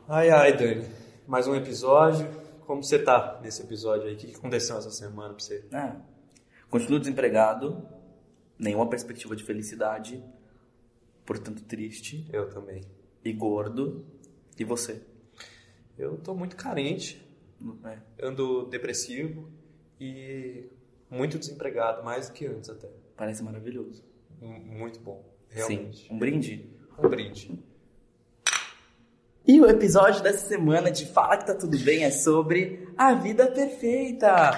Ai, ai, Dani. Mais um episódio. Como você tá nesse episódio aí? O que aconteceu essa semana pra você? Continuo desempregado, nenhuma perspectiva de felicidade, portanto triste. Eu também. E gordo. E você? Eu tô muito carente, ando depressivo e muito desempregado, mais do que antes até. Parece maravilhoso. Muito bom, realmente. Sim, um brinde. Um brinde. E o episódio dessa semana de Fala Que Tá Tudo Bem é sobre a vida perfeita.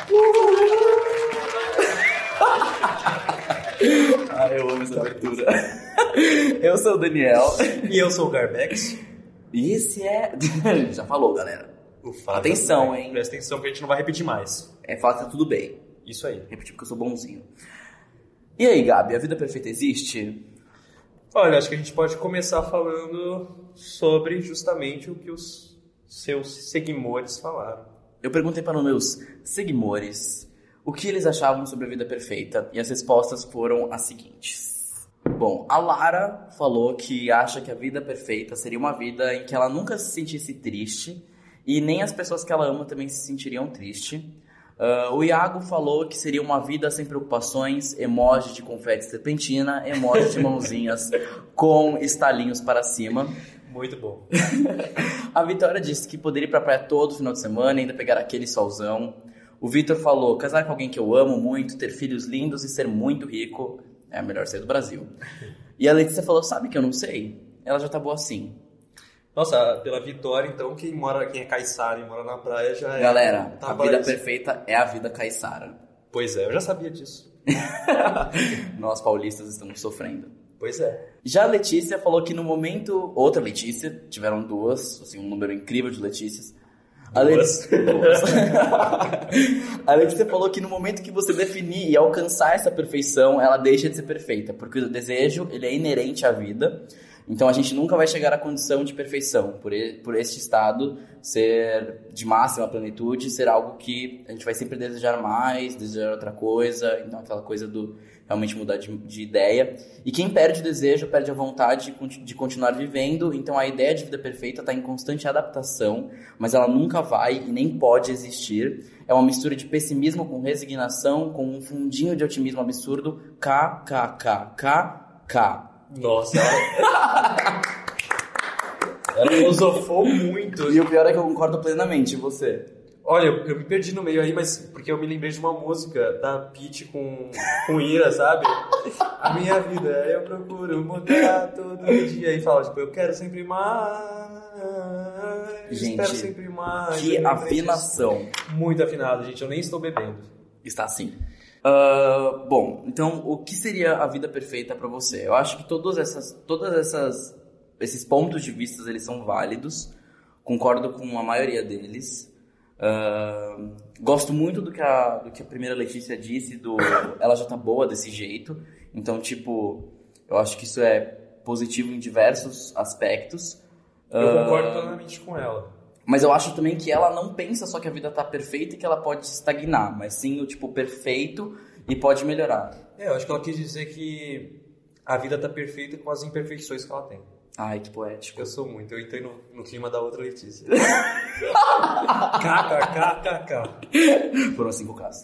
Eu amo essa abertura. Eu sou o Daniel. E eu sou o Garbex. E esse é... Já falou, galera. Atenção, hein? Presta atenção que a gente não vai repetir mais. Fala que tá tudo bem. Isso aí. Repetir porque eu sou bonzinho. E aí, Gabi, a vida perfeita existe? Olha, acho que a gente pode começar falando sobre justamente o que os seus seguidores falaram. Eu perguntei para os meus seguidores o que eles achavam sobre a vida perfeita e as respostas foram as seguintes. Bom, a Lara falou que acha que a vida perfeita seria uma vida em que ela nunca se sentisse triste e nem as pessoas que ela ama também se sentiriam tristes. O Iago falou que seria uma vida sem preocupações, emoji de confete serpentina, emoji de mãozinhas com estalinhos para cima. Muito bom. A Vitória disse que poderia ir pra praia todo final de semana e ainda pegar aquele solzão. O Vitor falou, casar com alguém que eu amo muito, ter filhos lindos e ser muito rico é a melhor ser do Brasil. E a Letícia falou, sabe que eu não sei? Ela já tá boa assim. Nossa, pela Vitória, então, quem é caiçara e mora na praia já é... Galera, a vida perfeita é a vida caiçara. Pois é, eu já sabia disso. Nós paulistas estamos sofrendo. Pois é. Já a Letícia falou que no momento... Outra Letícia, tiveram duas, assim, um número incrível de Letícias. Duas. A Letícia falou que no momento que você definir e alcançar essa perfeição, ela deixa de ser perfeita, porque o desejo, ele é inerente à vida. Então a gente nunca vai chegar à condição de perfeição, por este estado ser de máxima plenitude, ser algo que a gente vai sempre desejar mais, desejar outra coisa, então aquela coisa do realmente mudar de ideia. E quem perde o desejo, perde a vontade de continuar vivendo, então a ideia de vida perfeita está em constante adaptação, mas ela nunca vai e nem pode existir. É uma mistura de pessimismo com resignação, com um fundinho de otimismo absurdo, KKKKK. Nossa, ela filosofou muito. E o pior é que eu concordo plenamente, e você? Olha, eu me perdi no meio aí, mas porque eu me lembrei de uma música da Pitty com Ira, sabe? A minha vida, eu procuro mudar todo dia. E fala, tipo, eu quero sempre mais. Gente, espero sempre mais. Que afinação. Muito afinado, gente, eu nem estou bebendo. Está assim. Bom, então o que seria a vida perfeita para você? Eu acho que todos esses pontos de vista eles são válidos, concordo com a maioria deles. Gosto muito do que a primeira Letícia disse, ela já tá boa desse jeito, então tipo, eu acho que isso é positivo em diversos aspectos. Eu concordo plenamente com ela. Mas eu acho também que ela não pensa só que a vida tá perfeita e que ela pode estagnar, mas sim o tipo perfeito e pode melhorar. Eu acho que ela quis dizer que a vida tá perfeita com as imperfeições que ela tem. Ai, que poético. Eu sou muito, eu entrei no clima da outra Letícia. KKKKK. Foram 5 casos.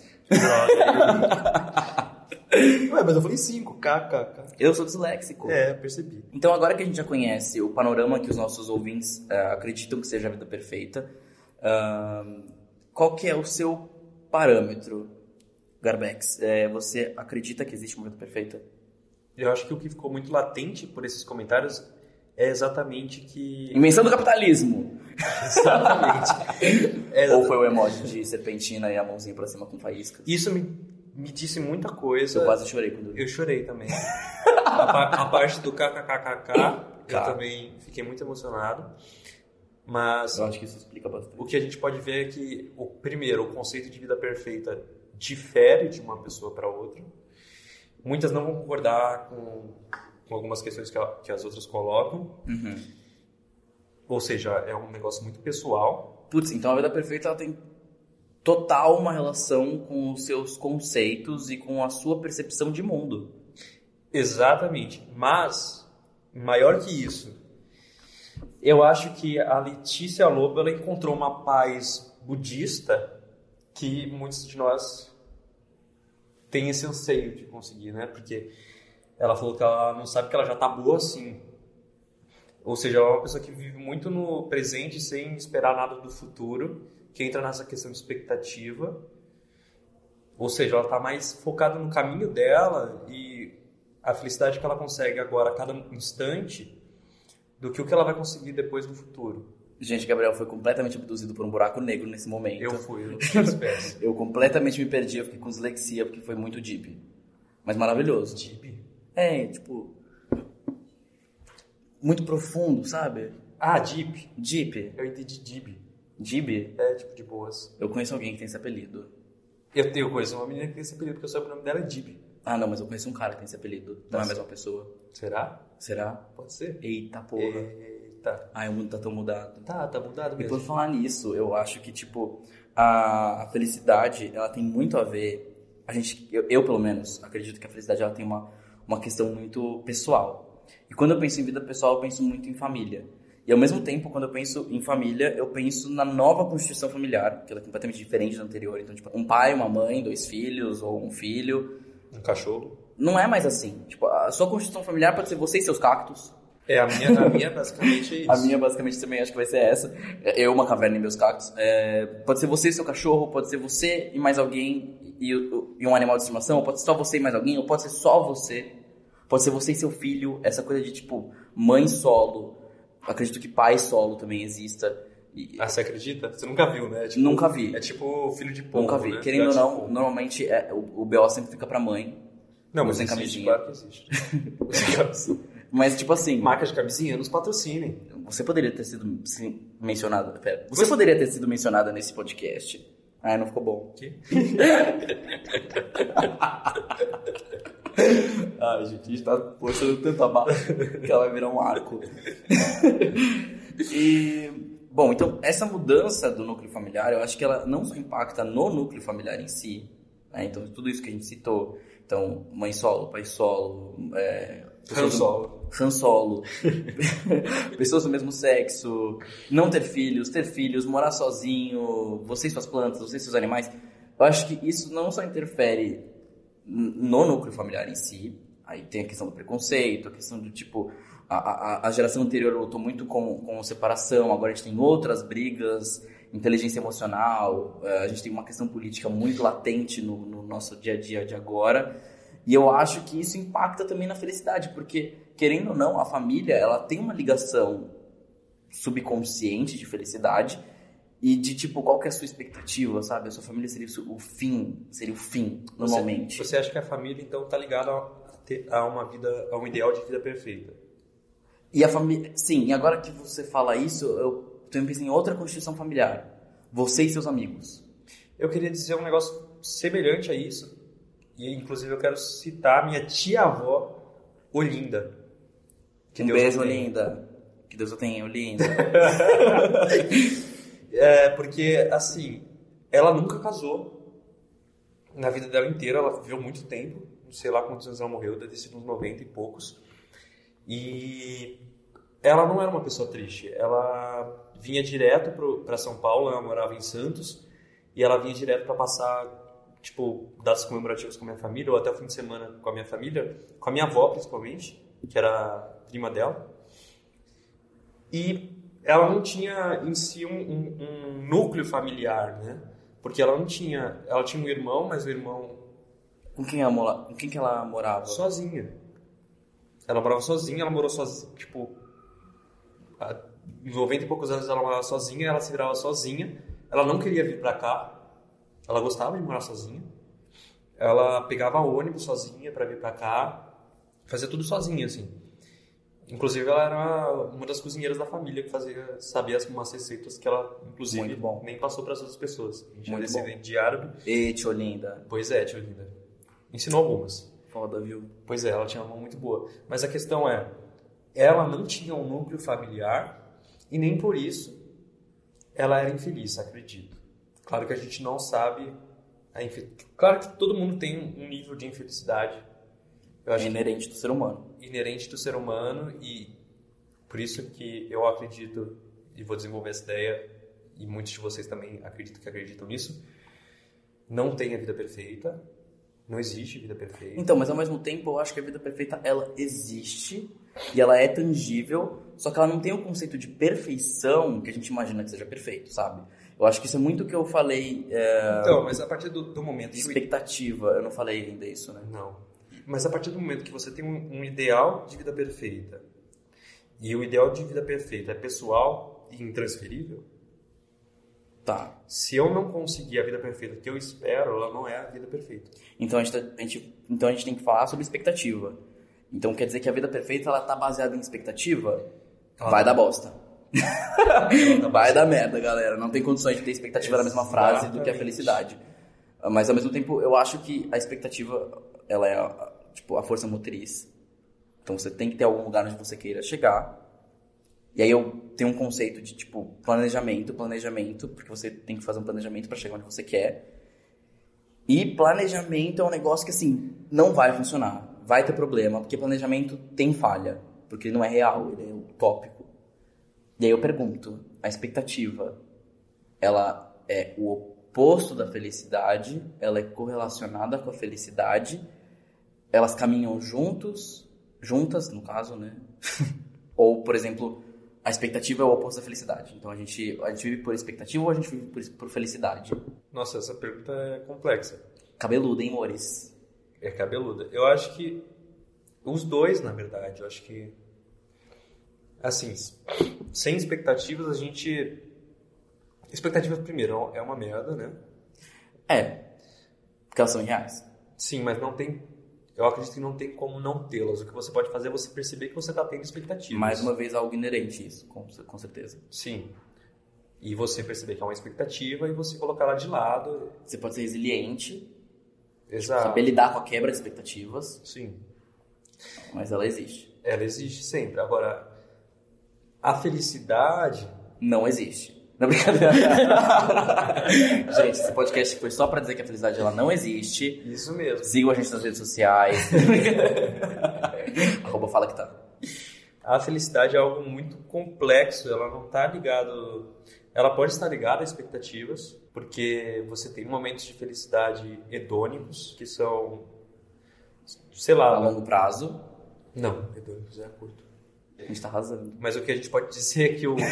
Ué, mas eu falei 5, KKK. Eu sou disléxico. Percebi. Então agora que a gente já conhece o panorama que os nossos ouvintes acreditam que seja a vida perfeita, qual que é o seu parâmetro, Garbex? Você acredita que existe uma vida perfeita? Eu acho que o que ficou muito latente por esses comentários é exatamente que... Invenção do capitalismo! Exatamente. Ou foi o emoji de serpentina e a mãozinha pra cima com faíscas? Isso me disse muita coisa. Eu quase chorei quando... Eu chorei também. A parte do kkkk, eu também fiquei muito emocionado. Mas... eu acho que isso explica bastante. O que a gente pode ver é que, primeiro, o conceito de vida perfeita difere de uma pessoa para outra. Muitas não vão concordar com algumas questões que as outras colocam. Uhum. Ou seja, é um negócio muito pessoal. Putz, então a vida perfeita ela tem total uma relação com os seus conceitos e com a sua percepção de mundo. Exatamente. Mas, maior que isso, Eu acho que a Letícia Lobo, ela encontrou uma paz budista que muitos de nós têm esse anseio de conseguir, né? Porque ela falou que ela não sabe que ela já tá boa assim. Ou seja, ela é uma pessoa que vive muito no presente sem esperar nada do futuro, que entra nessa questão de expectativa. Ou seja, ela tá mais focada no caminho dela e a felicidade que ela consegue agora a cada instante do que o que ela vai conseguir depois no futuro. Gente, Gabriel foi completamente abduzido por um buraco negro nesse momento. Eu fui espécie. Eu completamente me perdi, eu fiquei com dislexia porque foi muito deep. Mas maravilhoso. Deep? É, tipo... muito profundo, sabe? Ah, deep. Deep. Eu entendi deep. Deep? É, tipo, de boas. Eu conheço alguém que tem esse apelido. Eu conheço uma menina que tem esse apelido, porque eu soube o nome dela é Deep. Ah, não, mas eu conheço um cara que tem esse apelido. Não é a mesma pessoa. Será? Será? Pode ser. Eita porra. Eita. Ai, o mundo tá tão mudado. Tá mudado E mesmo. por falar nisso, eu acho que, tipo, a felicidade, ela tem muito a ver... Eu, pelo menos, acredito que a felicidade ela tem uma questão muito pessoal. E quando eu penso em vida pessoal, eu penso muito em família. E ao mesmo tempo, quando eu penso em família, eu penso na nova constituição familiar, que ela é completamente diferente da anterior. Então, tipo, um pai, uma mãe, 2 filhos, ou um filho. Um cachorro. Não é mais assim. Tipo, a sua constituição familiar pode ser você e seus cactos. É, a minha basicamente é isso. A minha basicamente também acho que vai ser essa. Eu, uma caverna e meus cactos. Pode ser você e seu cachorro, pode ser você e mais alguém e um animal de estimação, ou pode ser só você e mais alguém, ou pode ser só você. Pode ser você e seu filho, essa coisa de, tipo, mãe solo. Acredito que pai solo também exista. Ah, você acredita? Você nunca viu, né? Tipo, nunca vi. É tipo filho de pombo, Nunca vi. né? Querendo ou não, normalmente o BO sempre fica pra mãe. Não, mas sem existe, camisinha. claro que existe. Sem camisinha. Mas, tipo assim... Marcas de camisinha nos patrocinem. Você poderia ter sido mencionada... Pera. Você poderia ter sido mencionada nesse podcast. Ah, não ficou bom. O quê? Ai, gente, a gente tá forçando tanto a barra que ela vai virar um arco. E... Bom, então, essa mudança do núcleo familiar, eu acho que ela não só impacta no núcleo familiar em si, né? Então, tudo isso que a gente citou. Então, mãe solo, pai solo... Han Solo. Pessoas do mesmo sexo, não ter filhos, morar sozinho, você e suas plantas, você e seus animais. Eu acho que isso não só interfere no núcleo familiar em si, aí tem a questão do preconceito, a questão do tipo, a geração anterior lutou muito com separação, agora a gente tem outras brigas, inteligência emocional, a gente tem uma questão política muito latente no nosso dia a dia de agora. E eu acho que isso impacta também na felicidade, porque, querendo ou não, a família ela tem uma ligação subconsciente de felicidade e de, tipo, qual que é a sua expectativa, sabe? A sua família seria o fim, normalmente. Você acha que a família, então, tá ligada a um ideal de vida perfeita? E a família... Sim, e agora que você fala isso, eu também penso em outra constituição familiar. Você e seus amigos. Eu queria dizer um negócio semelhante a isso. E, inclusive, eu quero citar minha tia-avó, Olinda. Um beijo, Olinda. Que Deus o tenha, Olinda. Porque, assim, ela nunca casou na vida dela inteira. Ela viveu muito tempo. Não sei lá quantos anos ela morreu. Deve ter sido uns 90 e poucos. E ela não era uma pessoa triste. Ela vinha direto para São Paulo. Ela morava em Santos. E ela vinha direto para passar... tipo, datas comemorativas com a minha família, ou até o fim de semana com a minha família, com a minha avó, principalmente, que era a prima dela. E ela não tinha, em si, um núcleo familiar, né? Porque ela não tinha... Ela tinha um irmão, mas o irmão... Com quem que ela morava? Sozinha. Ela morava sozinha, ela morou sozinha, tipo... Há 90 e poucos anos ela morava sozinha, ela se virava sozinha. Ela não queria vir pra cá. Ela gostava de morar sozinha. Ela pegava ônibus sozinha pra vir pra cá. Fazia tudo sozinha, assim. Inclusive, ela era uma das cozinheiras da família que sabia umas receitas que ela, inclusive, nem passou para as outras pessoas. A gente é descendente de árabe. E tia Olinda. Pois é, tia Olinda. Ensinou algumas. Foda, viu? Pois é, ela tinha uma mão muito boa. Mas a questão é, ela não tinha um núcleo familiar e nem por isso ela era infeliz, acredito. Claro que a gente não sabe... Claro que todo mundo tem um nível de infelicidade. Eu acho inerente do ser humano. Inerente do ser humano Por isso que eu acredito, e vou desenvolver essa ideia, e muitos de vocês também acreditam nisso, não tem a vida perfeita, não existe vida perfeita. Então, mas ao mesmo tempo eu acho que a vida perfeita, ela existe e ela é tangível, só que ela não tem o conceito de perfeição que a gente imagina que seja perfeito, sabe? Eu acho que isso é muito o que eu falei... Então, mas a partir do momento... De expectativa, eu não falei ainda isso, né? Não. Mas a partir do momento que você tem um ideal de vida perfeita, e o ideal de vida perfeita é pessoal e intransferível, tá. Se eu não conseguir a vida perfeita que eu espero, ela não é a vida perfeita. Então a gente tem que falar sobre expectativa. Então quer dizer que a vida perfeita ela tá baseada em expectativa? Vai dar bosta. Vai dar merda, galera. Não tem condições de ter expectativa na mesma frase do que a felicidade. Mas ao mesmo tempo eu acho que a expectativa ela é a força motriz. Então você tem que ter algum lugar onde você queira chegar. E aí eu tenho um conceito de planejamento, porque você tem que fazer um planejamento para chegar onde você quer. E planejamento é um negócio que assim, não vai funcionar. Vai ter problema, porque planejamento tem falha, porque ele não é real, ele é utópico. E aí eu pergunto, a expectativa, ela é o oposto da felicidade, ela é correlacionada com a felicidade, elas caminham juntas, no caso, né? Ou, por exemplo, a expectativa é o oposto da felicidade. Então a gente vive por expectativa ou a gente vive por felicidade? Nossa, essa pergunta é complexa. Cabeluda, hein, Mores? É cabeluda. Eu acho que os dois, na verdade, eu acho que assim, sem expectativas a gente... Expectativas, primeiro, é uma merda, né? Porque elas são irreais. Sim, mas não tem... Eu acredito que não tem como não tê-las. O que você pode fazer é você perceber que você está tendo expectativas. Mais uma vez, algo inerente isso, com certeza. Sim. E você perceber que é uma expectativa e você colocar ela de lado. Você pode ser resiliente. Exato. Saber lidar com a quebra de expectativas. Sim. Mas ela existe. Ela existe sempre. Agora, a felicidade... Não existe. Não, brincadeira. Gente, esse podcast foi só pra dizer que a felicidade ela não existe. Isso mesmo. Sigam a gente nas redes sociais. @fala que tá. A felicidade é algo muito complexo. Ela não tá ligado... Ela pode estar ligada a expectativas, porque você tem momentos de felicidade hedônicos, que são... Sei lá... A longo prazo. Não, hedônicos é curto. A gente tá arrasando. Mas o que a gente pode dizer é que o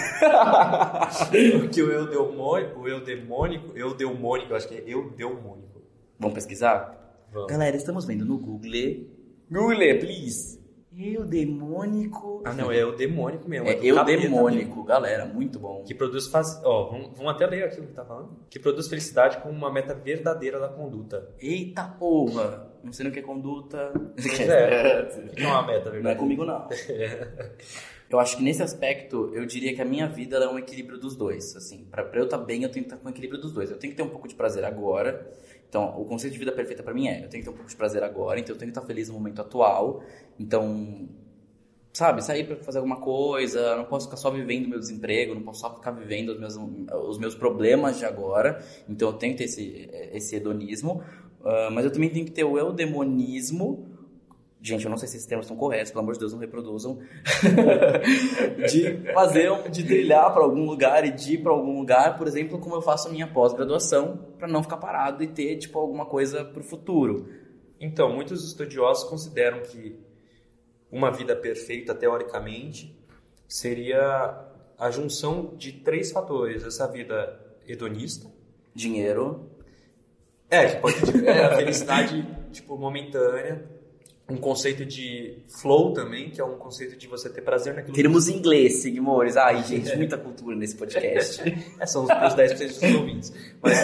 eudemônico, eu acho que é eudemônico. Vamos pesquisar? Vamos. Galera, estamos vendo no Google. Google, please. Eudemônico. Ah, não, é eudemônico mesmo. É eudemônico, galera, muito bom. Que produz... vamos até ler aqui o que tá falando. Que produz felicidade como uma meta verdadeira da conduta. Eita porra. Não sei no que é conduta. Pois é. Não é uma meta verdadeira. Não é comigo, não. Eu acho que nesse aspecto, eu diria que a minha vida ela é um equilíbrio dos dois. Assim, pra eu estar bem, eu tenho que estar com o equilíbrio dos dois. Eu tenho que ter um pouco de prazer agora. Então, o conceito de vida perfeita pra mim eu tenho que ter um pouco de prazer agora, então eu tenho que estar feliz no momento atual. Então, sabe, sair pra fazer alguma coisa, não posso ficar só vivendo meu desemprego, não posso só ficar vivendo os meus problemas de agora. Então, eu tenho que ter esse hedonismo, mas eu também tenho que ter o eudemonismo. Gente, eu não sei se esses termos estão corretos, pelo amor de Deus, não reproduzam. de trilhar para algum lugar e de ir para algum lugar, por exemplo, como eu faço a minha pós-graduação, para não ficar parado e ter, alguma coisa para o futuro. Então, muitos estudiosos consideram que uma vida perfeita, teoricamente, seria a junção de 3 fatores. Essa vida hedonista. Dinheiro. Que pode a felicidade, momentânea. Um conceito de flow também, que é um conceito de você ter prazer naquilo. Termos em inglês, Sigmores. Ai, gente, muita cultura nesse podcast. São os 10% dos ouvintes. Mas,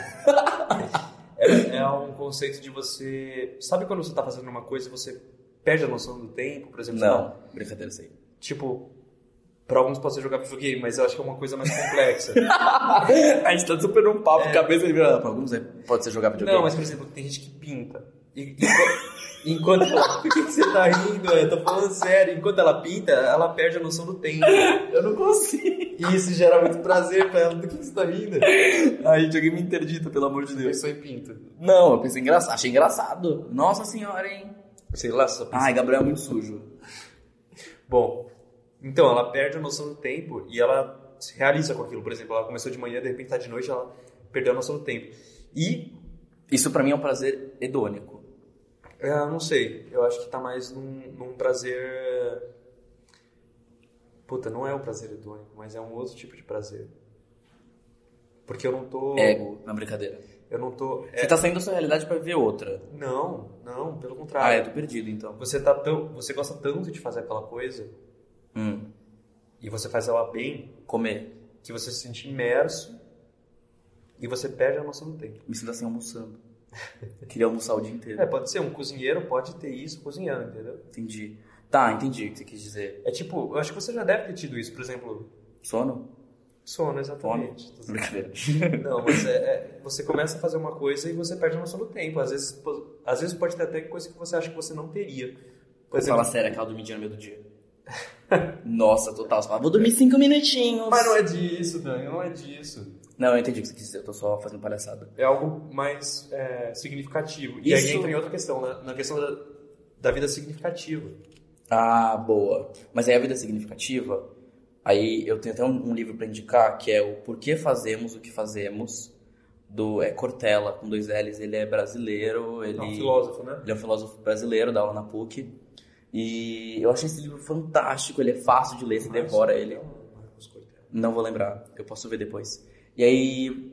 é um conceito de você... Sabe quando você tá fazendo uma coisa e você perde a noção do tempo, por exemplo? Não, brincadeira, sei. Pra alguns pode ser jogar videogame, mas eu acho que é uma coisa mais complexa. A gente tá super num papo, cabeça de pra alguns pode ser jogar videogame. Não, mas por exemplo, tem gente que pinta. Enquanto por que você tá rindo? Eu tô falando sério. Enquanto ela pinta, ela perde a noção do tempo. Eu não consigo. E isso gera muito prazer pra ela. Do que você tá rindo? Ai, videogame interdito, pelo amor de Deus. Pensou em pinta? Não, eu pensei engraçado. Achei engraçado. Nossa senhora, hein? Sei lá, só pensei. Ai, Gabriel é muito sujo. Bom, Então, ela perde a noção do tempo e ela se realiza com aquilo. Por exemplo, ela começou de manhã, de repente tá de noite, ela perdeu a noção do tempo. E... Isso pra mim é um prazer hedônico. não sei. Eu acho que tá mais num prazer... Puta, não é o prazer hedônico, mas é um outro tipo de prazer. Porque eu não tô... Ego, na brincadeira. Eu não tô... Você tá saindo da sua realidade pra ver outra. Não, pelo contrário. Eu tô perdido, então. Você gosta tanto de fazer aquela coisa e você faz ela bem, Comer. que você se sente imerso e você perde a noção do tempo. Me sinto assim almoçando. Queria almoçar o dia inteiro. Pode ser. Um cozinheiro pode ter isso cozinhando, entendeu? Entendi. Tá, entendi o que você quis dizer. É tipo, eu acho que você já deve ter tido isso, por exemplo... Sono? Sono, exatamente. Brincadeira. Não, mas você começa a fazer uma coisa e você perde a noção do tempo. Às vezes pode ter até coisa que você acha que você não teria. Por exemplo, Fala sério, aquela dormidinha no meio do dia. Nossa, total. Você fala, vou dormir 5 minutinhos. Mas não é disso, Dani, não é disso. Não, eu entendi o que você quis dizer, eu tô só fazendo palhaçada. É algo mais significativo. E aí entra em outra questão, né? Na questão da vida significativa. Ah, boa. Mas aí a vida significativa, aí eu tenho até um livro pra indicar, que é o Por que Fazemos o que Fazemos, do Cortella, com 2 L's. Ele é brasileiro. Ele é um filósofo, né? Ele é um filósofo brasileiro, dá aula na PUC. E eu achei esse livro fantástico, ele é fácil de ler, você devora ele. Não vou lembrar, eu posso ver depois. E aí,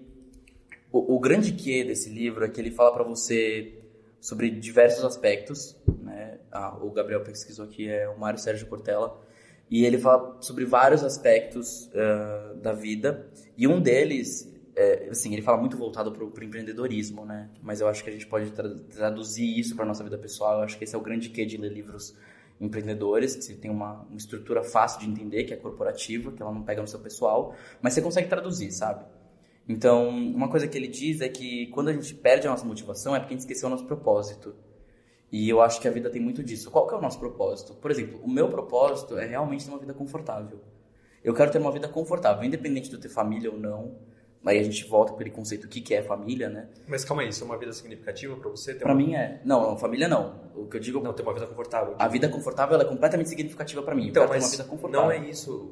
o grande quê desse livro é que ele fala pra você sobre diversos aspectos, né? O Gabriel pesquisou aqui, é o Mário Sérgio Cortella. E ele fala sobre vários aspectos da vida. E um deles, assim, ele fala muito voltado pro empreendedorismo, né? Mas eu acho que a gente pode traduzir isso pra nossa vida pessoal. Eu acho que esse é o grande quê de ler livros empreendedores, que você tem uma estrutura fácil de entender, que é corporativa, que ela não pega no seu pessoal, mas você consegue traduzir, sabe? Então, uma coisa que ele diz é que quando a gente perde a nossa motivação é porque a gente esqueceu o nosso propósito. E eu acho que a vida tem muito disso. Qual que é o nosso propósito? Por exemplo, o meu propósito é realmente ter uma vida confortável. Eu quero ter uma vida confortável, independente de eu ter família ou não. Aí a gente volta para aquele conceito, o que é família, né? Mas calma aí, isso é uma vida significativa para você? Para mim é. Não, família não. O que eu digo... Não, ter uma vida confortável. A vida confortável ela é completamente significativa para mim. Então, eu quero mas ter uma vida confortável. não é isso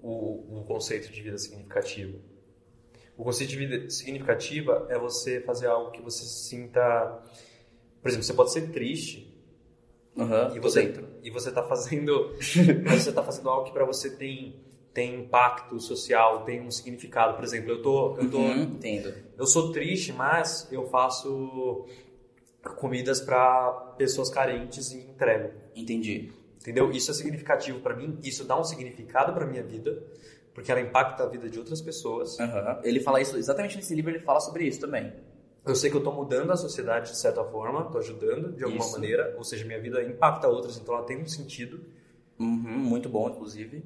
o conceito de vida significativa. O conceito de vida significativa é você fazer algo que você se sinta... Por exemplo, você pode ser triste e você tá fazendo... mas você tá fazendo algo que para você tem impacto social, tem um significado. Por exemplo, Entendo. Eu sou triste, mas eu faço comidas para pessoas carentes e entrego. Entendi. Entendeu? Isso é significativo para mim, isso dá um significado para minha vida, porque ela impacta a vida de outras pessoas. Ele fala isso, exatamente nesse livro ele fala sobre isso também. Eu sei que eu tô mudando a sociedade de certa forma, tô ajudando de alguma maneira, ou seja, minha vida impacta outras, então ela tem um sentido. Muito bom, inclusive.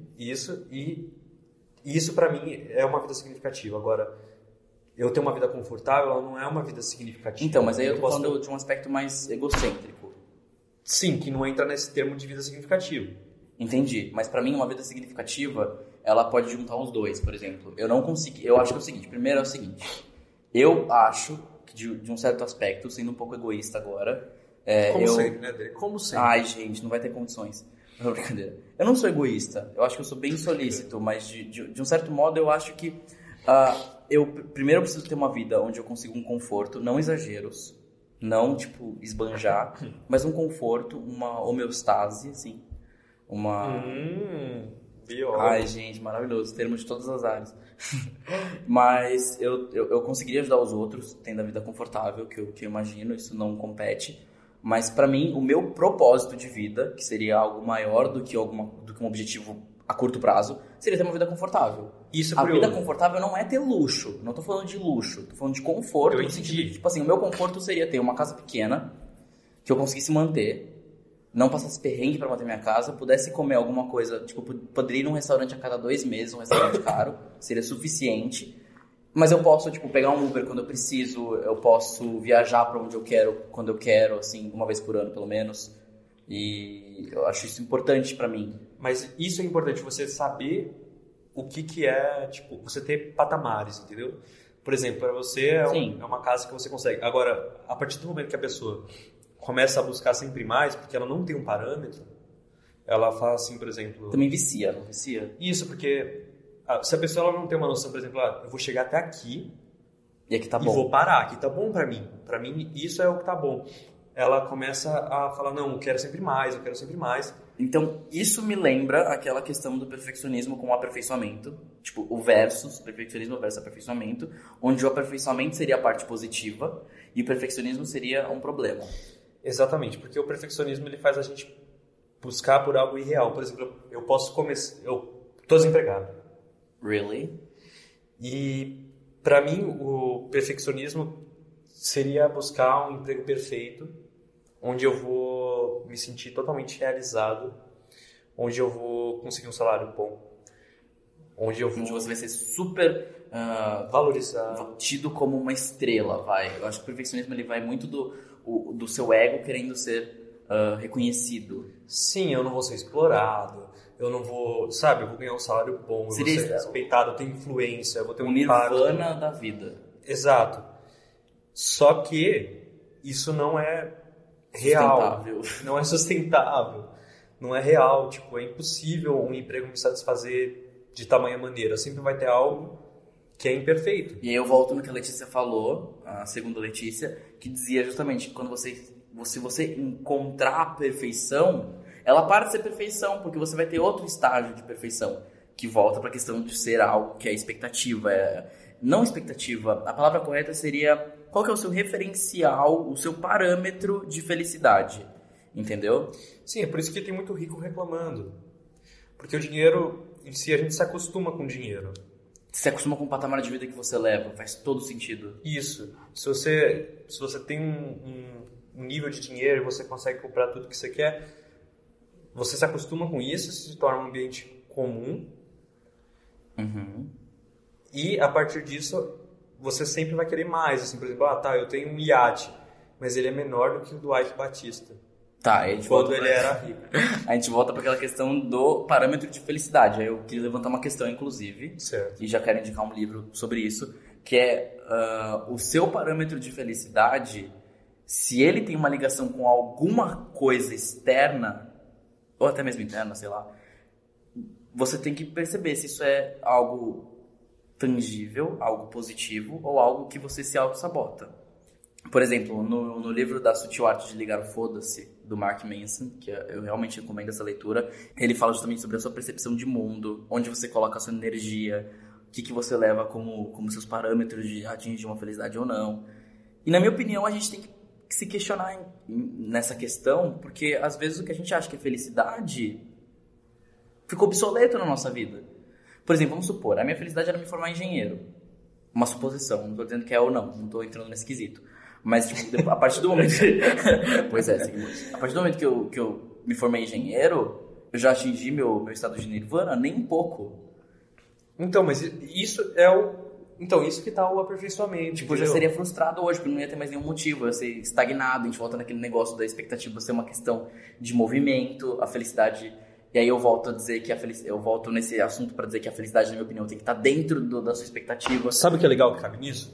Isso para mim é uma vida significativa. Agora, eu ter uma vida confortável, ela não é uma vida significativa. Então, mas aí eu tô falando de um aspecto mais egocêntrico. Sim, que não entra nesse termo de vida significativa. Entendi, mas pra mim uma vida significativa, ela pode juntar os dois, por exemplo. Eu não consegui, eu acho que é o seguinte, primeiro é o seguinte, eu acho que de um certo aspecto, sendo um pouco egoísta agora... sempre, né, Dele? Como sempre. Ai, gente, não vai ter condições. Não, brincadeira. Eu não sou egoísta, eu acho que eu sou bem solícito, mas de um certo modo eu acho que eu primeiro preciso ter uma vida onde eu consiga um conforto, não exageros, não, tipo, esbanjar, mas um conforto, uma homeostase, assim, uma... Ai, gente, maravilhoso, termos de todas as áreas. Mas eu conseguiria ajudar os outros, tendo a vida confortável, que eu imagino, isso não compete. Mas pra mim, o meu propósito de vida, que seria algo maior do que um objetivo a curto prazo, seria ter uma vida confortável. Isso é a vida confortável não é ter luxo, não tô falando de luxo, tô falando de conforto. Eu no sentido de, tipo assim, o meu conforto seria ter uma casa pequena, que eu conseguisse manter, não passasse perrengue pra manter minha casa, pudesse comer alguma coisa, tipo, poderia ir num restaurante a cada 2 meses, um restaurante caro, seria suficiente. Mas eu posso, tipo, pegar um Uber quando eu preciso, eu posso viajar pra onde eu quero, quando eu quero, assim, uma vez por ano, pelo menos. E eu acho isso importante pra mim. Mas isso é importante, você saber o que é, tipo, você ter patamares, entendeu? Por exemplo, para você é uma casa que você consegue. Agora, a partir do momento que a pessoa começa a buscar sempre mais, porque ela não tem um parâmetro, ela fala assim, por exemplo... Também vicia, não vicia? Isso, porque se a pessoa ela não tem uma noção, por exemplo, eu vou chegar até aqui e aqui tá e bom. vou parar, aqui tá bom pra mim. Pra mim, isso é o que tá bom. Ela começa a falar, não, eu quero sempre mais, eu quero sempre mais. Então, isso me lembra aquela questão do perfeccionismo com o aperfeiçoamento. Tipo, o versus, perfeccionismo versus aperfeiçoamento, onde o aperfeiçoamento seria a parte positiva e o perfeccionismo seria um problema. Exatamente, porque o perfeccionismo ele faz a gente buscar por algo irreal. Por exemplo, eu posso começar... Eu tô desempregado. Really? E, pra mim, o perfeccionismo seria buscar um emprego perfeito, onde eu vou me sentir totalmente realizado, onde eu vou conseguir um salário bom, onde você vai ser super valorizado, tido como uma estrela, vai. Eu acho que o perfeccionismo ele vai muito do seu ego querendo ser reconhecido. Sim, eu não vou ser explorado, eu não vou, sabe, eu vou ganhar um salário bom, eu vou ser respeitado, eu tenho influência, eu vou ter um impacto. O nirvana da vida. Exato. Só que isso não é real, não é sustentável, não é real, tipo, é impossível um emprego me satisfazer de tamanha maneira, sempre vai ter algo que é imperfeito. E aí eu volto no que a Letícia falou, a segunda Letícia, que dizia justamente que quando você encontrar a perfeição, ela para de ser perfeição, porque você vai ter outro estágio de perfeição, que volta para a questão de ser algo que é expectativa, não expectativa, a palavra correta seria qual que é o seu referencial, o seu parâmetro de felicidade, entendeu? Sim, é por isso que tem muito rico reclamando, porque o dinheiro em si, a gente se acostuma com o dinheiro. Se acostuma com o patamar de vida que você leva, faz todo sentido. Isso, se você tem um nível de dinheiro e você consegue comprar tudo que você quer, você se acostuma com isso, se torna um ambiente comum. Uhum. E a partir disso, você sempre vai querer mais. Assim, por exemplo, eu tenho um iate, mas ele é menor do que o do Ike Batista. Tá, a gente quando ele era rico. A gente volta para aquela questão do parâmetro de felicidade. Aí eu queria levantar uma questão, inclusive, certo. E já quero indicar um livro sobre isso, que é o seu parâmetro de felicidade, se ele tem uma ligação com alguma coisa externa, ou até mesmo interna, sei lá, você tem que perceber se isso é algo tangível, algo positivo, ou algo que você se auto-sabota. Por exemplo, no livro da Sutil Arte de Ligar o Foda-se, do Mark Manson, que eu realmente recomendo essa leitura, ele fala justamente sobre a sua percepção de mundo, onde você coloca a sua energia, o que você leva como seus parâmetros de atingir uma felicidade ou não. E na minha opinião, a gente tem que se questionar nessa questão, porque às vezes o que a gente acha que é felicidade ficou obsoleto na nossa vida. Por exemplo, vamos supor, a minha felicidade era me formar engenheiro. Uma suposição, não estou dizendo que é ou não estou entrando nesse quesito. Mas, tipo, a partir do momento... Pois é, seguimos. A partir do momento que eu me formei engenheiro, eu já atingi meu estado de nirvana? Nem um pouco. Então, mas isso é isso que tá o aperfeiçoamento. Tipo, eu já seria frustrado hoje, porque não ia ter mais nenhum motivo. Eu ia ser estagnado, a gente volta naquele negócio da expectativa ser uma questão de movimento, a felicidade... E aí eu volto a dizer que eu volto nesse assunto para dizer que a felicidade, na minha opinião, tem que estar dentro da sua expectativa. Sabe o que é legal que cabe nisso?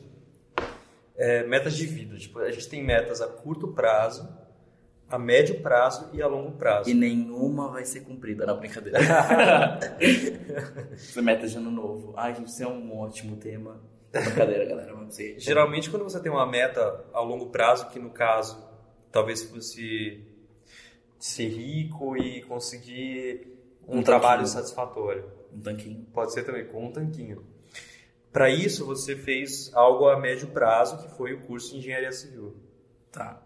Metas de vida. Tipo, a gente tem metas a curto prazo, a médio prazo e a longo prazo. E nenhuma vai ser cumprida, não, brincadeira. Metas de ano novo. Ai, gente, isso é um ótimo tema. Brincadeira, galera. Vamos ser. Geralmente, quando você tem uma meta a longo prazo, que no caso, talvez fosse ser rico e conseguir um trabalho satisfatório. Um tanquinho. Pode ser também, com um tanquinho. Para isso, você fez algo a médio prazo, que foi o curso de Engenharia Civil. Tá.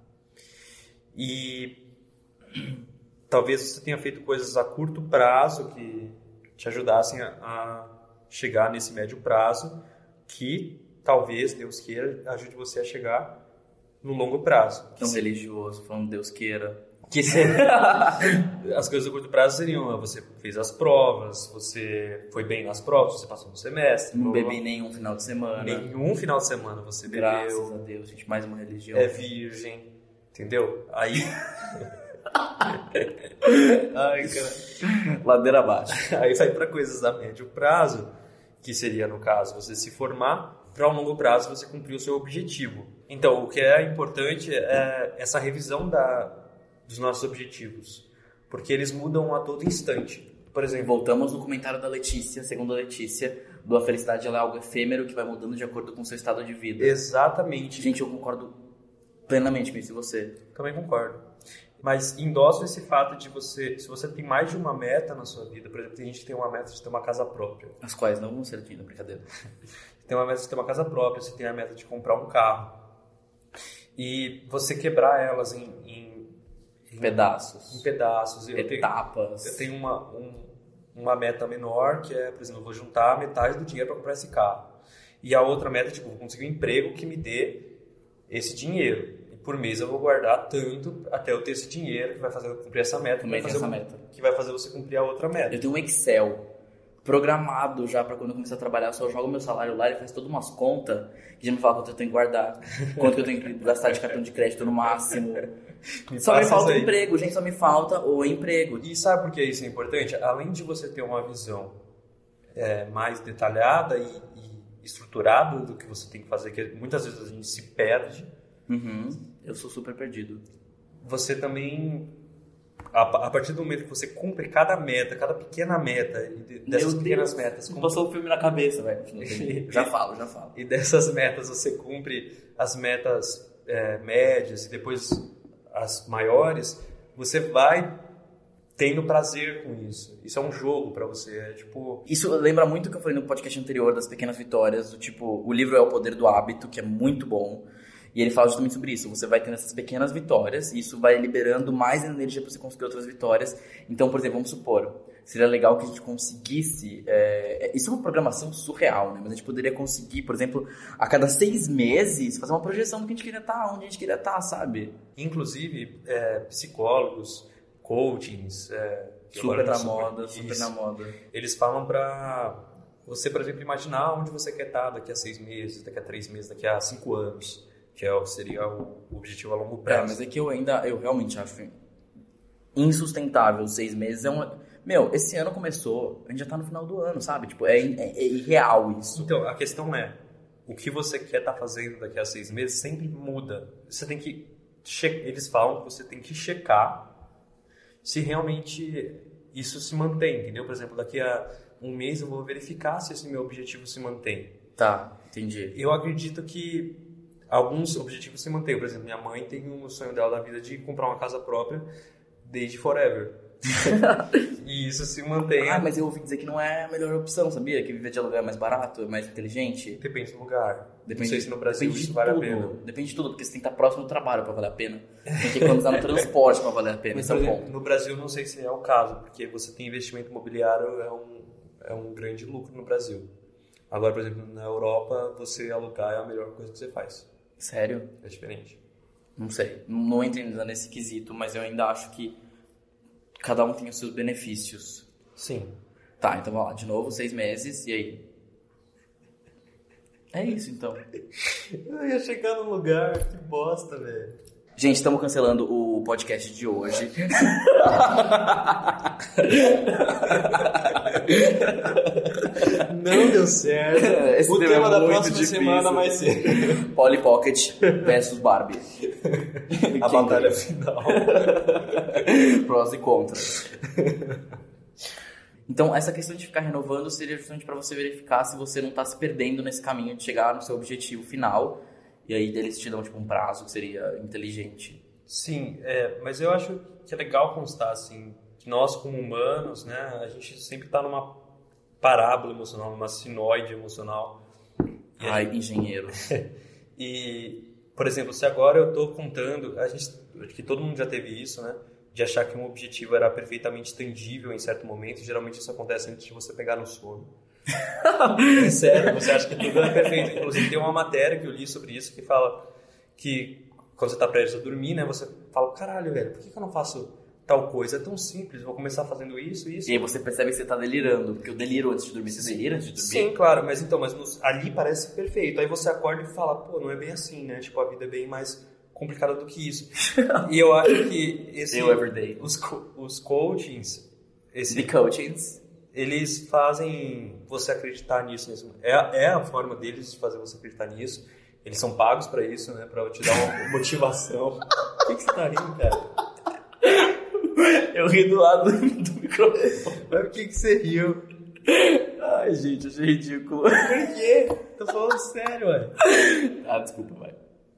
E talvez você tenha feito coisas a curto prazo que te ajudassem a chegar nesse médio prazo, que talvez, Deus queira, ajude você a chegar no longo prazo. Tão religioso, falando Deus queira. Que as coisas a curto prazo seriam: você fez as provas, você foi bem nas provas, você passou no semestre. Não bebi nenhum final de semana. Nenhum final de semana você bebeu. Graças a Deus, gente, mais uma religião. É virgem, entendeu? Aí... Ai, cara. Ladeira abaixo. Aí vai para coisas a médio prazo, que seria, no caso, você se formar, para um longo prazo você cumprir o seu objetivo. Então, o que é importante é essa revisão dos nossos objetivos. porque eles mudam a todo instante. Por exemplo, voltamos no comentário da Letícia, segundo a Letícia, a felicidade ela é algo efêmero que vai mudando de acordo com o seu estado de vida. Exatamente. Gente, eu concordo plenamente com isso, e você? Também concordo. Mas endosso esse fato de se você tem mais de uma meta na sua vida, por exemplo, tem gente que tem uma meta de ter uma casa própria. As quais não vão ser atingidas, brincadeira. Tem uma meta de ter uma casa própria, você tem a meta de comprar um carro. E você quebrar elas em pedaços. Em pedaços. Etapas. Eu tenho uma meta menor, que é, por exemplo, eu vou juntar metade do dinheiro para comprar esse carro. E a outra meta é, tipo, vou conseguir um emprego que me dê esse dinheiro. E por mês eu vou guardar tanto até eu ter esse dinheiro que vai fazer eu cumprir essa meta. Que vai fazer você cumprir a outra meta. Eu tenho um Excel programado já para quando eu começar a trabalhar, eu só jogo meu salário lá, ele faz todas umas contas que já me fala quanto eu tenho que guardar, quanto que eu tenho que gastar de cartão de crédito no máximo. Só me falta o emprego, gente, só me falta o emprego. E sabe por que isso é importante? Além de você ter uma visão mais detalhada e estruturada do que você tem que fazer, que muitas vezes a gente se perde. Eu sou super perdido. Você também, a partir do momento que você cumpre cada meta, cada pequena meta, e dessas pequenas metas... Passou o filme na cabeça, velho. Já falo. E dessas metas você cumpre as metas médias e depois as maiores, você vai tendo prazer com isso. Isso é um jogo pra você, é tipo... Isso lembra muito o que eu falei no podcast anterior das pequenas vitórias, do tipo, o livro é O Poder do Hábito, que é muito bom. E ele fala justamente sobre isso. Você vai tendo essas pequenas vitórias e isso vai liberando mais energia para você conseguir outras vitórias. Então, por exemplo, vamos supor, seria legal que a gente conseguisse... isso é uma programação surreal, né? Mas a gente poderia conseguir, por exemplo, a cada 6 meses, fazer uma projeção do que a gente queria estar, onde a gente queria estar, sabe? Inclusive, psicólogos, coachings... super na moda. Eles falam pra você, por exemplo, imaginar onde você quer estar daqui a 6 meses, daqui a 3 meses, daqui a 5 anos. Que seria o objetivo a longo prazo. Mas é que eu realmente acho insustentável 6 meses. Esse ano começou, a gente já tá no final do ano, sabe? Tipo, é irreal isso. Então, a questão é, o que você quer estar fazendo daqui a 6 meses sempre muda. Você tem que... Eles falam que você tem que checar se realmente isso se mantém, entendeu? Por exemplo, daqui a 1 mês eu vou verificar se esse meu objetivo se mantém. Tá, entendi. Eu acredito que alguns objetivos se mantêm. Por exemplo, minha mãe tem um sonho dela da vida de comprar uma casa própria desde forever. E isso se mantém. Mas eu ouvi dizer que não é a melhor opção, sabia? Que viver de aluguel é mais barato, é mais inteligente. Depende do lugar. Não sei se no Brasil isso vale a pena. Depende de tudo, porque você tem que estar próximo do trabalho pra valer a pena. Tem que economizar no transporte pra valer a pena. Mas, por exemplo, no Brasil não sei se é o caso, porque você tem investimento imobiliário, é um grande lucro no Brasil. Agora, por exemplo, na Europa, você alugar é a melhor coisa que você faz. Sério? É diferente. Não sei. Não entrei ainda nesse quesito, mas eu ainda acho que cada um tem os seus benefícios. Sim. Tá, então vamos lá. De novo, 6 meses. E aí? É isso, então. Eu ia chegar num lugar. Que bosta, velho. Gente, estamos cancelando o podcast de hoje. Não deu certo. O tema da próxima semana vai ser Polly Pocket versus Barbie. A batalha final. Prós e contras. Então, essa questão de ficar renovando seria justamente para você verificar se você não está se perdendo nesse caminho de chegar no seu objetivo final. E aí eles te dão tipo um prazo que seria inteligente. Sim, mas eu acho que é legal constar assim, que nós como humanos, né, a gente sempre está numa parábola emocional, numa sinoide emocional. Engenheiro. E, por exemplo, se agora eu estou contando, acho que todo mundo já teve isso, né, de achar que um objetivo era perfeitamente tangível em certo momento, e geralmente isso acontece antes de você pegar no sono. É sério, você acha que tudo é perfeito. Inclusive tem uma matéria que eu li sobre isso que fala que quando você está prestes a dormir, né, você fala, caralho, velho, por que eu não faço tal coisa? É tão simples, vou começar fazendo isso. E aí você percebe que você está delirando, porque eu deliro antes de dormir. Você delira antes de dormir? Sim, claro, mas ali parece perfeito. Aí você acorda e fala, pô, não é bem assim, né? Tipo, a vida é bem mais complicada do que isso. E eu acho que os coachings... The coachings... Eles fazem você acreditar nisso mesmo. É a forma deles de fazer você acreditar nisso. Eles são pagos pra isso, né? Pra te dar uma motivação. Por que você tá rindo, cara? Eu ri do lado do microfone. Mas por que você riu? Ai, gente, achei ridículo. Por quê? Tô falando sério, ué. Ah, desculpa, vai.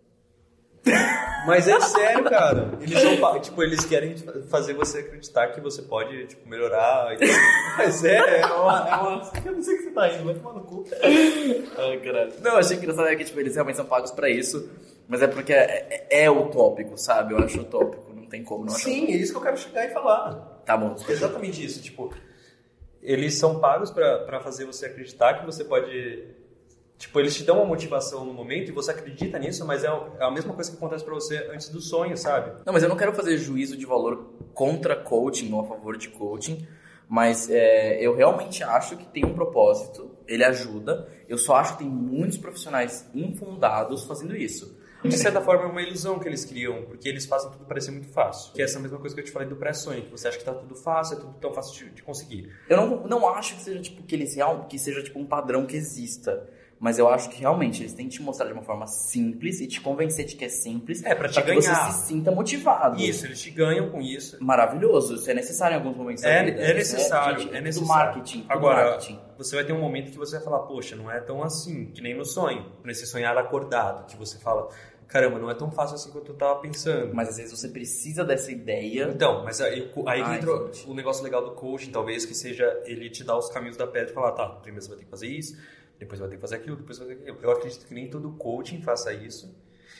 Mas é sério, cara. Eles são, tipo, eles querem fazer você acreditar que você pode, tipo, melhorar. Mas é uma... Eu não sei o que você tá indo, vai tomar no cu. Ai, caralho. Não, eu achei engraçado que, tipo, eles realmente são pagos pra isso, mas é porque é utópico, sabe? Eu acho utópico, não tem como não achar. Sim, é isso que eu quero chegar e falar. Tá bom. Exatamente isso, tipo, eles são pagos pra fazer você acreditar que você pode... Tipo, eles te dão uma motivação no momento e você acredita nisso, mas é a mesma coisa que acontece pra você antes do sonho, sabe? Não, mas eu não quero fazer juízo de valor contra coaching ou a favor de coaching, mas eu realmente acho que tem um propósito, ele ajuda, eu só acho que tem muitos profissionais infundados fazendo isso. De certa forma é uma ilusão que eles criam, porque eles fazem tudo parecer muito fácil. Que é essa mesma coisa que eu te falei do pré-sonho, que você acha que tá tudo fácil, é tudo tão fácil de conseguir. Eu não acho que seja tipo que seja tipo um padrão que exista. Mas eu acho que realmente eles têm que te mostrar de uma forma simples e te convencer de que é simples pra te que ganhar. você se sinta motivado. Isso, eles te ganham com isso. Maravilhoso, isso é necessário em alguns momentos da vida. É necessário, Gente, é tudo necessário. marketing, Agora, marketing. você vai ter um momento que você vai falar, poxa, não é tão assim, que nem no sonho. Nesse sonhar acordado, que você fala, caramba, não é tão fácil assim quanto eu tava pensando. Mas às vezes você precisa dessa ideia. Então, mas aí entra o negócio legal do coaching, talvez, que seja ele te dar os caminhos da pedra e falar, tá, primeiro você vai ter que fazer isso, depois vai ter que fazer aquilo, depois vai ter que fazer aquilo. Eu acredito que nem todo coaching faça isso,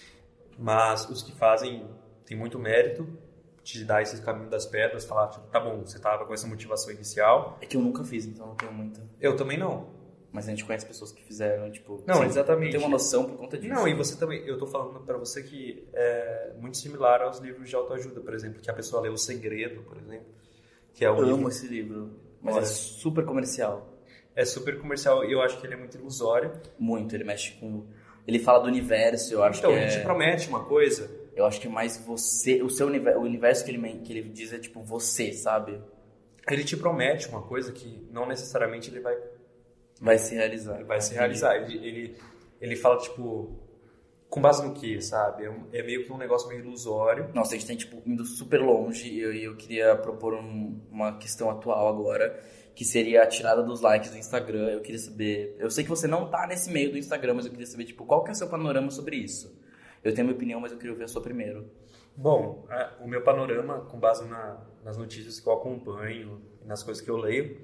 mas os que fazem têm muito mérito de dar esse caminho das pedras, falar, tipo, tá bom, você tava com essa motivação inicial. É que eu nunca fiz, então não tenho muita. Eu também não. Mas a gente conhece pessoas que fizeram, tipo... Não, exatamente. Tem uma noção por conta disso. Não, e você também... Eu tô falando pra você que é muito similar aos livros de autoajuda, por exemplo, que a pessoa lê O Segredo, por exemplo, que é um Eu amo esse livro, mas é super comercial. É super comercial e eu acho que ele é muito ilusório. Muito, ele mexe com... Ele fala do universo, eu acho então, que ele te promete uma coisa. Eu acho que é mais você... O universo que ele diz é tipo você, sabe? Ele te promete uma coisa que não necessariamente ele vai se realizar. Vai se realizar. Ele fala, tipo... Com base no quê, sabe? É meio que um negócio meio ilusório. Nossa, a gente tá, tipo, indo super longe e eu queria propor uma questão atual agora, que seria a tirada dos likes do Instagram. Eu queria saber... Eu sei que você não tá nesse meio do Instagram, mas eu queria saber, tipo, qual que é o seu panorama sobre isso? Eu tenho minha opinião, mas eu queria ouvir a sua primeiro. Bom, o meu panorama, com base nas notícias que eu acompanho e nas coisas que eu leio,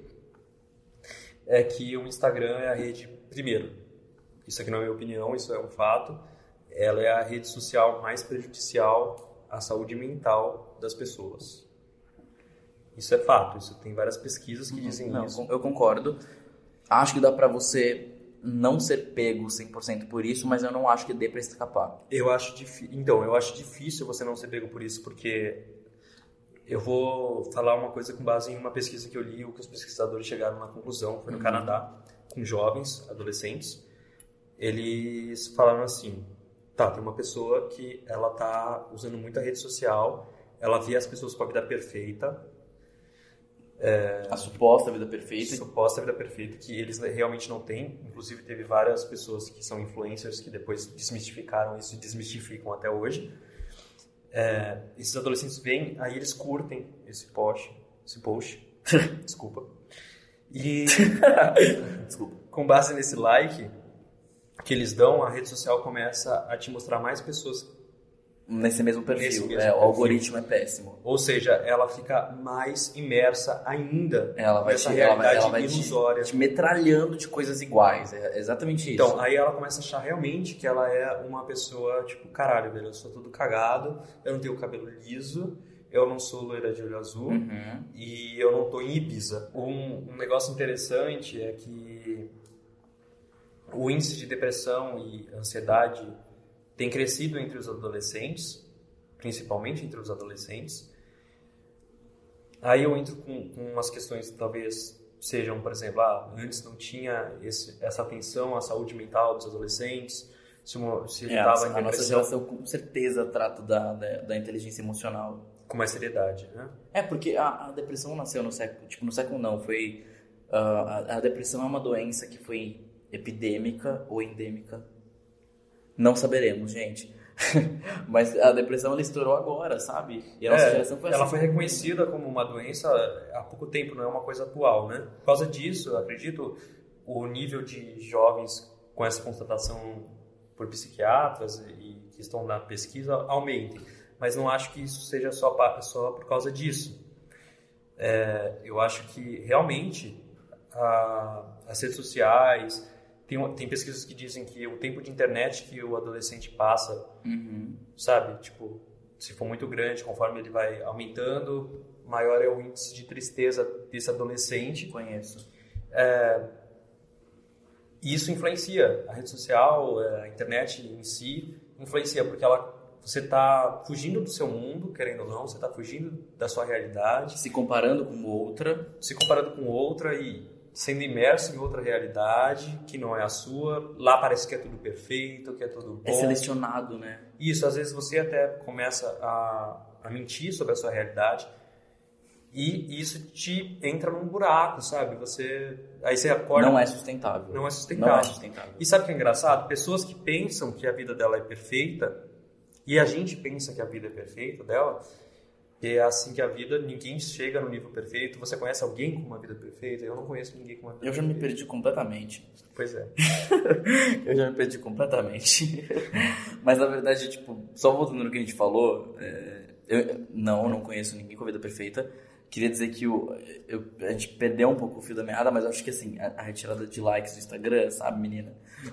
é que o Instagram é a rede... Primeiro, isso aqui não é minha opinião, isso é um fato. Ela é a rede social mais prejudicial à saúde mental das pessoas. Isso é fato, isso tem várias pesquisas que dizem isso. Eu concordo. Acho que dá pra você não ser pego 100% por isso, mas eu não acho que dê pra escapar. Eu acho difícil você não ser pego por isso, porque eu vou falar uma coisa com base em uma pesquisa que eu li, o que os pesquisadores chegaram na conclusão, foi no Canadá, com jovens, adolescentes. Eles falaram assim, tá, tem uma pessoa que ela tá usando muita rede social, ela vê as pessoas com a vida perfeita, a suposta vida perfeita. Suposta vida perfeita, que eles realmente não têm. Inclusive, teve várias pessoas que são influencers que depois desmistificaram isso e desmistificam até hoje. Esses adolescentes vêm, aí eles curtem esse post. Desculpa. E Desculpa. Com base nesse like que eles dão, a rede social começa a te mostrar mais pessoas nesse mesmo perfil. O perfil. algoritmo é péssimo. Ou seja, ela fica mais imersa ainda nessa ela realidade vai ilusória. te metralhando de coisas iguais. É exatamente isso. Então, aí ela começa a achar realmente que ela é uma pessoa, tipo, caralho, velho, eu sou todo cagado, eu não tenho cabelo liso, eu não sou loira de olho azul e eu não tô em Ibiza. Um negócio interessante é que o índice de depressão e ansiedade tem crescido entre os adolescentes, principalmente entre os adolescentes. Aí eu entro com umas questões que talvez sejam, por exemplo, antes não tinha essa atenção à saúde mental dos adolescentes, se ele estava em depressão. A nossa geração com certeza trata da inteligência emocional com mais seriedade, né? Porque a depressão nasceu no século não, foi... a depressão é uma doença que foi epidêmica ou endêmica. Não saberemos, gente. Mas a depressão, ela estourou agora, sabe? E a nossa geração foi assim. Ela foi reconhecida como uma doença há pouco tempo, não é uma coisa atual, né? Por causa disso, eu acredito, o nível de jovens com essa constatação por psiquiatras e que estão na pesquisa aumente. Mas não acho que isso seja só por causa disso. Eu acho que realmente as redes sociais, tem pesquisas que dizem que o tempo de internet que o adolescente passa, sabe, tipo, se for muito grande, conforme ele vai aumentando, maior é o índice de tristeza desse adolescente. Conheço. E isso influencia. A rede social, a internet em si, influencia, porque você está fugindo do seu mundo, querendo ou não, você está fugindo da sua realidade. Se comparando com outra e sendo imerso em outra realidade que não é a sua. Lá parece que é tudo perfeito, que é tudo bom. É selecionado, né? Isso, às vezes você até começa a mentir sobre a sua realidade e isso te entra num buraco, sabe? Aí você acorda... Não é sustentável. Não é sustentável. E sabe o que é engraçado? Pessoas que pensam que a vida dela é perfeita e a gente pensa que a vida é perfeita dela... E é assim que a vida, ninguém chega no nível perfeito. Você conhece alguém com uma vida perfeita? Eu não conheço ninguém com uma vida perfeita. Eu já me perdi completamente. Pois é. Eu já me perdi completamente. Mas na verdade, tipo, só voltando no que a gente falou, eu não conheço ninguém com a vida perfeita. Queria dizer que a gente perdeu um pouco o fio da meada, mas eu acho que assim, a retirada de likes do Instagram, sabe, menina?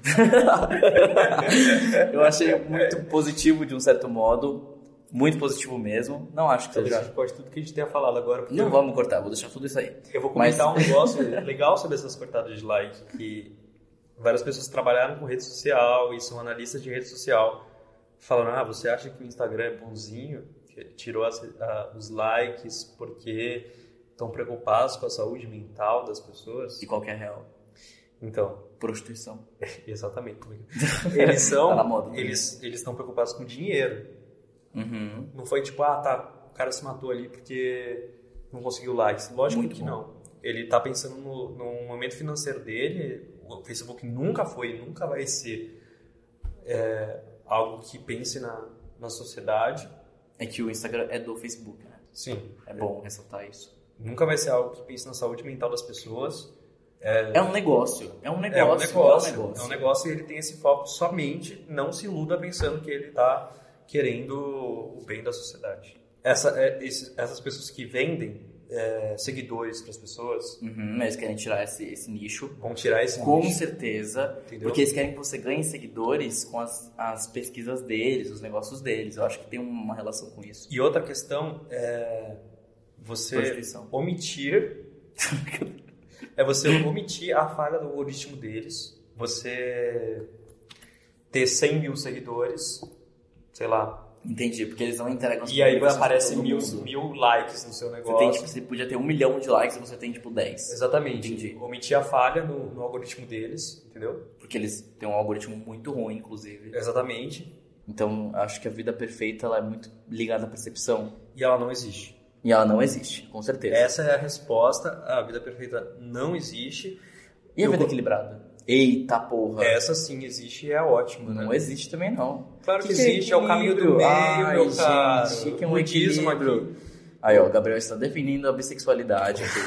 Eu achei muito positivo de um certo modo. Muito positivo mesmo. Não acho que seja... Corte tudo que a gente tenha falado agora. Não vamos cortar, vou deixar tudo isso aí. Eu vou comentar um negócio legal sobre essas cortadas de like, que várias pessoas trabalharam com rede social e são analistas de rede social. Falaram, você acha que o Instagram é bonzinho? Que tirou os likes porque estão preocupados com a saúde mental das pessoas? E qual que é a real? Então... Prostituição. Exatamente. Eles são... Tá na moda. Eles estão preocupados com dinheiro. Não foi tipo, o cara se matou ali porque não conseguiu likes. Lógico Muito que bom. não. Ele tá pensando no momento financeiro dele. O Facebook nunca vai ser algo que pense na sociedade. É que o Instagram é do Facebook, né? Sim. É bom ressaltar isso. Nunca vai ser algo que pense na saúde mental das pessoas. É um negócio. É um negócio e ele tem esse foco somente. Não se iluda pensando que ele tá querendo o bem da sociedade. Essas pessoas que vendem seguidores para as pessoas... Eles querem tirar esse nicho. Vão tirar esse com nicho. Com certeza. Entendeu? Porque eles querem que você ganhe seguidores com as pesquisas deles, os negócios deles. Eu acho que tem uma relação com isso. E outra questão é você omitir... você omitir a falha do algoritmo deles. Você ter 100 mil seguidores... sei lá. Entendi, porque eles não entregam... E aí aparece mil likes no seu negócio. Você podia ter 1 milhão de likes e você tem, 10. Exatamente. Entendi. Omitir a falha no algoritmo deles, entendeu? Porque eles têm um algoritmo muito ruim, inclusive. Exatamente. Então, acho que a vida perfeita ela é muito ligada à percepção. E ela não existe. Com certeza. Essa é a resposta. A vida perfeita não existe. E a vida equilibrada? Eita porra. Essa sim existe e é ótima. Não né? existe também não. Claro que existe, é o caminho do meio, meu caro. Que é um equilíbrio. Aí, ó, o Gabriel está definindo a bissexualidade aqui.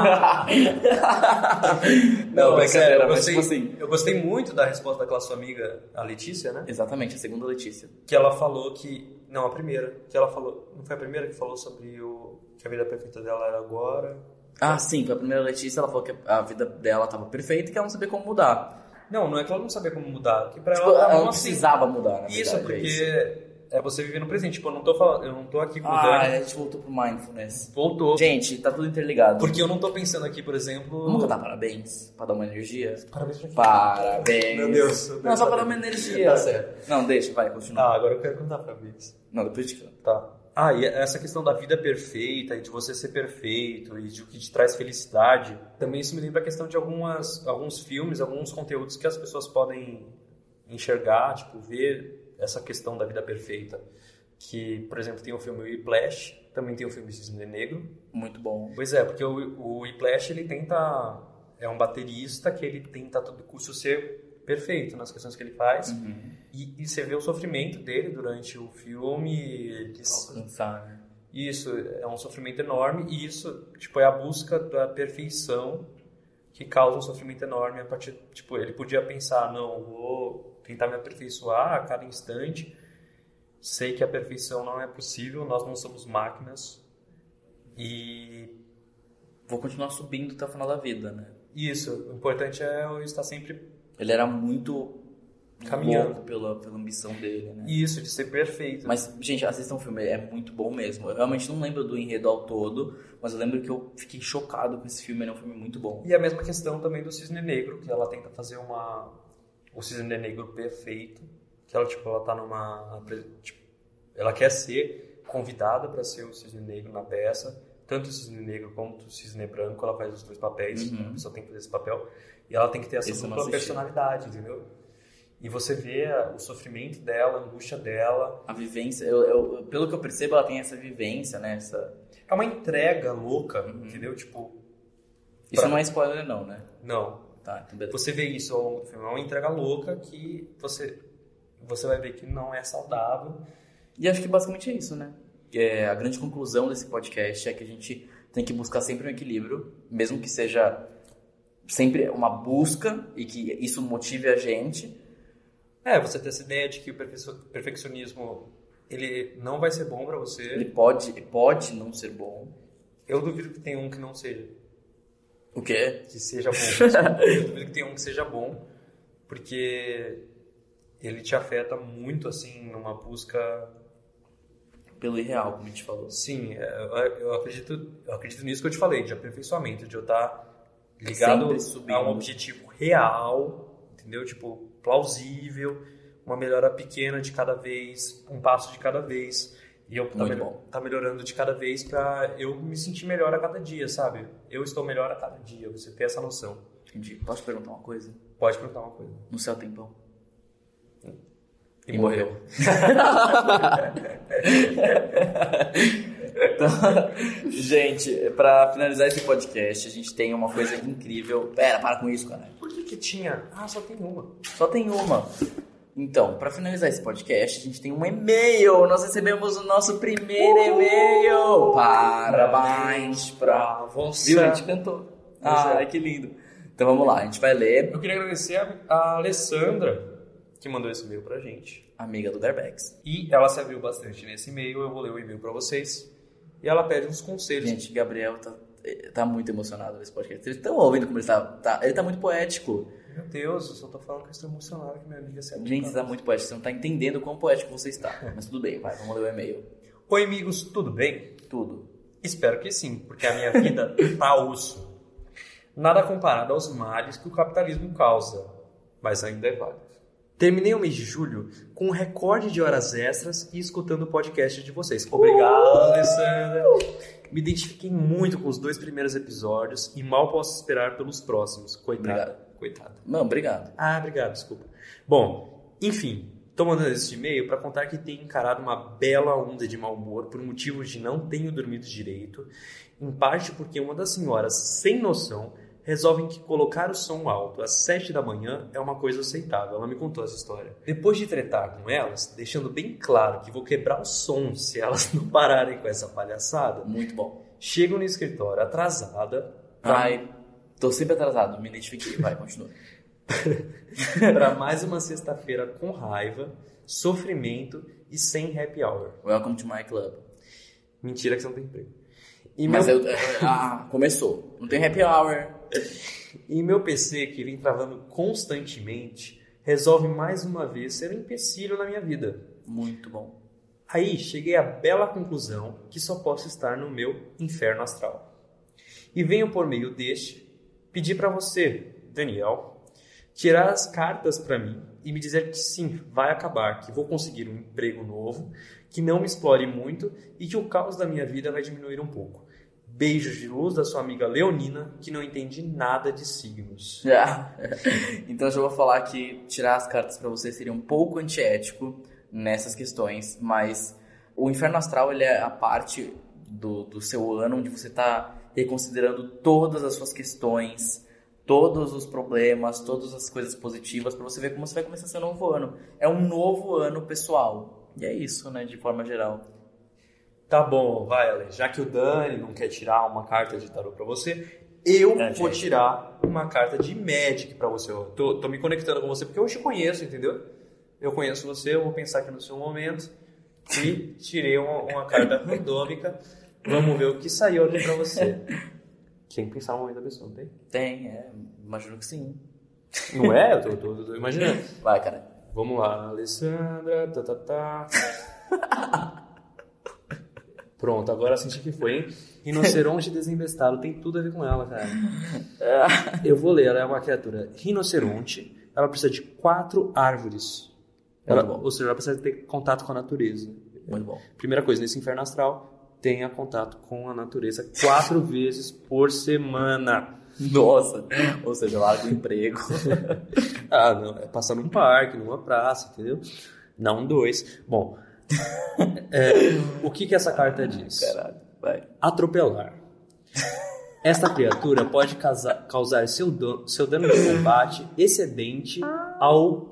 Não, é sério, assim... eu gostei muito da resposta daquela sua amiga, a Letícia, né? Exatamente, a segunda Letícia. Que ela falou que... Não, a primeira. Que ela falou... Não foi a primeira que falou sobre que a vida perfeita dela era agora? Ah, sim, foi a primeira Letícia. Ela falou que a vida dela estava perfeita e que ela não sabia como mudar. Não é que ela não sabia como mudar. Que pra ela não precisava mudar, na verdade. Isso, porque é você viver no presente. Tipo, eu não tô aqui com a gente voltou pro mindfulness. Voltou. Gente, tá tudo interligado. Porque eu não tô pensando aqui, por exemplo... Vamos cantar parabéns? Pra dar uma energia? Parabéns pra quem? Parabéns. Meu Deus. Não, só pra dar uma energia. Tá certo. Não, deixa, vai, continua. Agora eu quero cantar parabéns. Não, depois de canto. Tá. E essa questão da vida perfeita e de você ser perfeito e de o que te traz felicidade, também isso me lembra a questão de alguns filmes, alguns conteúdos que as pessoas podem enxergar, tipo, ver essa questão da vida perfeita. Que, por exemplo, tem o filme Whiplash, também tem o filme Cisne Negro. Muito bom. Pois é, porque o Whiplash, ele tenta... É um baterista que ele tenta a todo custo ser perfeito nas questões que ele faz. E você vê o sofrimento dele durante o filme. Alcançar, né? Isso, é um sofrimento enorme e isso, tipo, é a busca da perfeição que causa um sofrimento enorme a partir, tipo, ele podia pensar, não, vou tentar me aperfeiçoar a cada instante, sei que a perfeição não é possível, nós não somos máquinas e... Vou continuar subindo até o final da vida, né? Isso, o importante é eu estar sempre... Ele era muito... caminhando pela ambição dele, né? Isso, de ser perfeito. Mas, gente, assistam o filme, é muito bom mesmo. Eu realmente não lembro do enredo ao todo, mas eu lembro que eu fiquei chocado com esse filme, ele é um filme muito bom. E a mesma questão também do Cisne Negro, que ela tenta fazer o Cisne Negro perfeito, que ela, tipo, ela tá numa... Tipo, ela quer ser convidada para ser o Cisne Negro na peça, tanto o Cisne Negro quanto o Cisne Branco, ela faz os dois papéis, a pessoa tem que fazer esse papel, e ela tem que ter essa dupla personalidade, entendeu? E você vê o sofrimento dela, a angústia dela. A vivência, pelo que eu percebo, ela tem essa vivência, né? É uma entrega louca, entendeu? Tipo... Isso não é spoiler não, né? Não. Tá, então beleza. Você vê isso ao longo do filme. É uma entrega louca que você vai ver que não é saudável. E acho que basicamente é isso, né? A grande conclusão desse podcast é que a gente tem que buscar sempre um equilíbrio, mesmo que seja sempre uma busca e que isso motive a gente. Você ter essa ideia de que o perfeccionismo ele não vai ser bom pra você. Ele pode não ser bom. Eu duvido que tenha um que não seja. O quê? Que seja bom. Eu duvido que tenha um que seja bom, porque ele te afeta muito, assim, numa busca... Pelo irreal, como a gente falou. Sim, eu acredito nisso que eu te falei, de aperfeiçoamento, de eu estar ligado a um objetivo real, entendeu? Tipo, plausível, uma melhora pequena de cada vez, um passo de cada vez, e eu tá melhorando de cada vez pra eu me sentir melhor a cada dia, sabe? Eu estou melhor a cada dia, você ter essa noção. Entendi. Posso perguntar uma coisa? Pode perguntar uma coisa. No céu tem pão? E morreu. Então, gente, pra finalizar esse podcast, a gente tem uma coisa incrível. Pera, para com isso, cara. Por que tinha? Só tem uma. Só tem uma. Então, pra finalizar esse podcast, a gente tem um e-mail. Nós recebemos o nosso primeiro e-mail. Parabéns pra você. Viu? A gente cantou. Que lindo. Então vamos lá, a gente vai ler. Eu queria agradecer a Alessandra, que mandou esse e-mail pra gente. Amiga do Garbex. E ela se abriu bastante nesse e-mail, eu vou ler o e-mail pra vocês. E ela pede uns conselhos. Gente, Gabriel tá muito emocionado nesse podcast. Vocês estão ouvindo como ele tá? Ele tá muito poético. Meu Deus, eu só tô falando que eu estou emocionado que minha amiga se abriu. Gente, você tá muito poético, você não tá entendendo o quão poético você está. Mas tudo bem, vai, vamos ler o e-mail. Oi, amigos, tudo bem? Tudo. Espero que sim, porque a minha vida tá osso. Nada comparado aos males que o capitalismo causa, mas ainda é válido. Terminei o mês de julho com um recorde de horas extras e escutando o podcast de vocês. Obrigado, Alessandra. Me identifiquei muito com os 2 primeiros episódios e mal posso esperar pelos próximos. Coitada. Não, obrigado. Obrigado, desculpa. Bom, enfim, tô mandando esse e-mail para contar que tenho encarado uma bela onda de mau humor por motivos de não tenho dormido direito, em parte porque uma das senhoras sem noção resolvem que colocar o som alto às 7 da manhã é uma coisa aceitável. Ela me contou essa história. Depois de tretar com elas, deixando bem claro que vou quebrar o som se elas não pararem com essa palhaçada. Muito bom. Chego no escritório atrasada. Tô sempre atrasado, me identifiquei. Vai, continua. Para mais uma sexta-feira com raiva, sofrimento e sem happy hour. Welcome to my club. Mentira que você não tem emprego. Começou. Não tem happy hour. E meu PC, que vem travando constantemente, resolve mais uma vez ser um empecilho na minha vida. Muito bom. Aí cheguei à bela conclusão que só posso estar no meu inferno astral. E venho por meio deste pedir para você, Daniel, tirar as cartas para mim e me dizer que sim, vai acabar, que vou conseguir um emprego novo, que não me explore muito e que o caos da minha vida vai diminuir um pouco. Beijos de luz da sua amiga Leonina, que não entende nada de signos. Então eu já vou falar que tirar as cartas para você seria um pouco antiético nessas questões, mas o inferno astral ele é a parte do seu ano onde você está reconsiderando todas as suas questões, todos os problemas, todas as coisas positivas, pra você ver como você vai começar seu novo ano. É um novo ano pessoal. E é isso, né, de forma geral. Tá bom, vai, Ale. Já que o Dani não quer tirar uma carta de tarô pra você, eu vou tirar uma carta de Magic pra você. Eu tô me conectando com você porque eu te conheço, entendeu? Eu conheço você, eu vou pensar aqui no seu momento e tirei uma carta randômica. Vamos ver o que saiu aqui pra você. Tem que pensar no momento da pessoa, não tem? Tem, imagino que sim. Não é? Eu tô imaginando. Vai, cara. Vamos lá, Alessandra. Pronto, agora senti que foi, hein? Rinoceronte desembestado, tem tudo a ver com ela, cara. Eu vou ler, ela é uma criatura rinoceronte, ela precisa de 4 árvores. Ou seja, ela precisa ter contato com a natureza. Muito bom. Primeira coisa, nesse inferno astral, tenha contato com a natureza 4 vezes por semana. Nossa, ou seja, larga o emprego. Não, é passar num parque, numa praça, entendeu? Não 2. Bom, o que essa carta diz? Caralho, vai. Atropelar. Esta criatura pode causar seu dano de combate excedente ao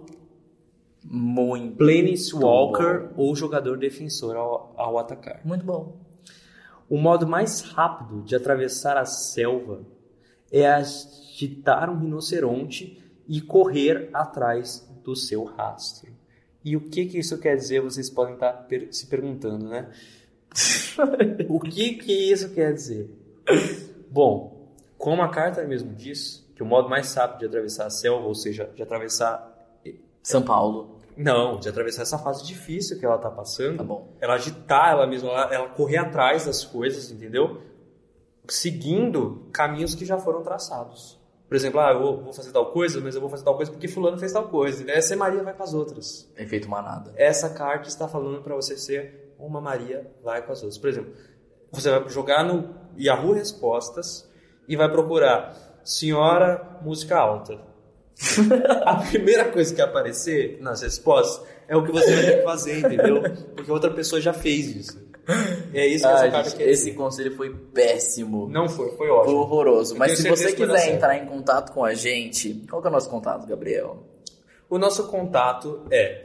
Planeswalker ou jogador defensor ao atacar. Muito bom. O modo mais rápido de atravessar a selva é agitar um rinoceronte e correr atrás do seu rastro. E o que isso quer dizer? Vocês podem estar se perguntando, né? O que isso quer dizer? Bom, como a carta mesmo diz, que o modo mais rápido de atravessar a selva, ou seja, de atravessar São Paulo. Não, de atravessar essa fase difícil que ela tá passando. Tá bom. Ela agitar ela mesma, ela correr atrás das coisas, entendeu? Seguindo caminhos que já foram traçados. Por exemplo, eu vou fazer tal coisa, mas eu vou fazer tal coisa porque fulano fez tal coisa. E essa Maria vai com as outras. Efeito manada. Essa carta está falando para você ser uma Maria vai com as outras. Por exemplo, você vai jogar no Yahoo Respostas e vai procurar Senhora Música Alta. A primeira coisa que aparecer nas respostas é o que você vai ter que fazer, entendeu? Porque outra pessoa já fez isso. É isso que essa carta quer dizer. Esse conselho foi péssimo. Não foi ótimo. Foi horroroso. Mas se você quiser entrar em contato com a gente, qual que é o nosso contato, Gabriel? O nosso contato é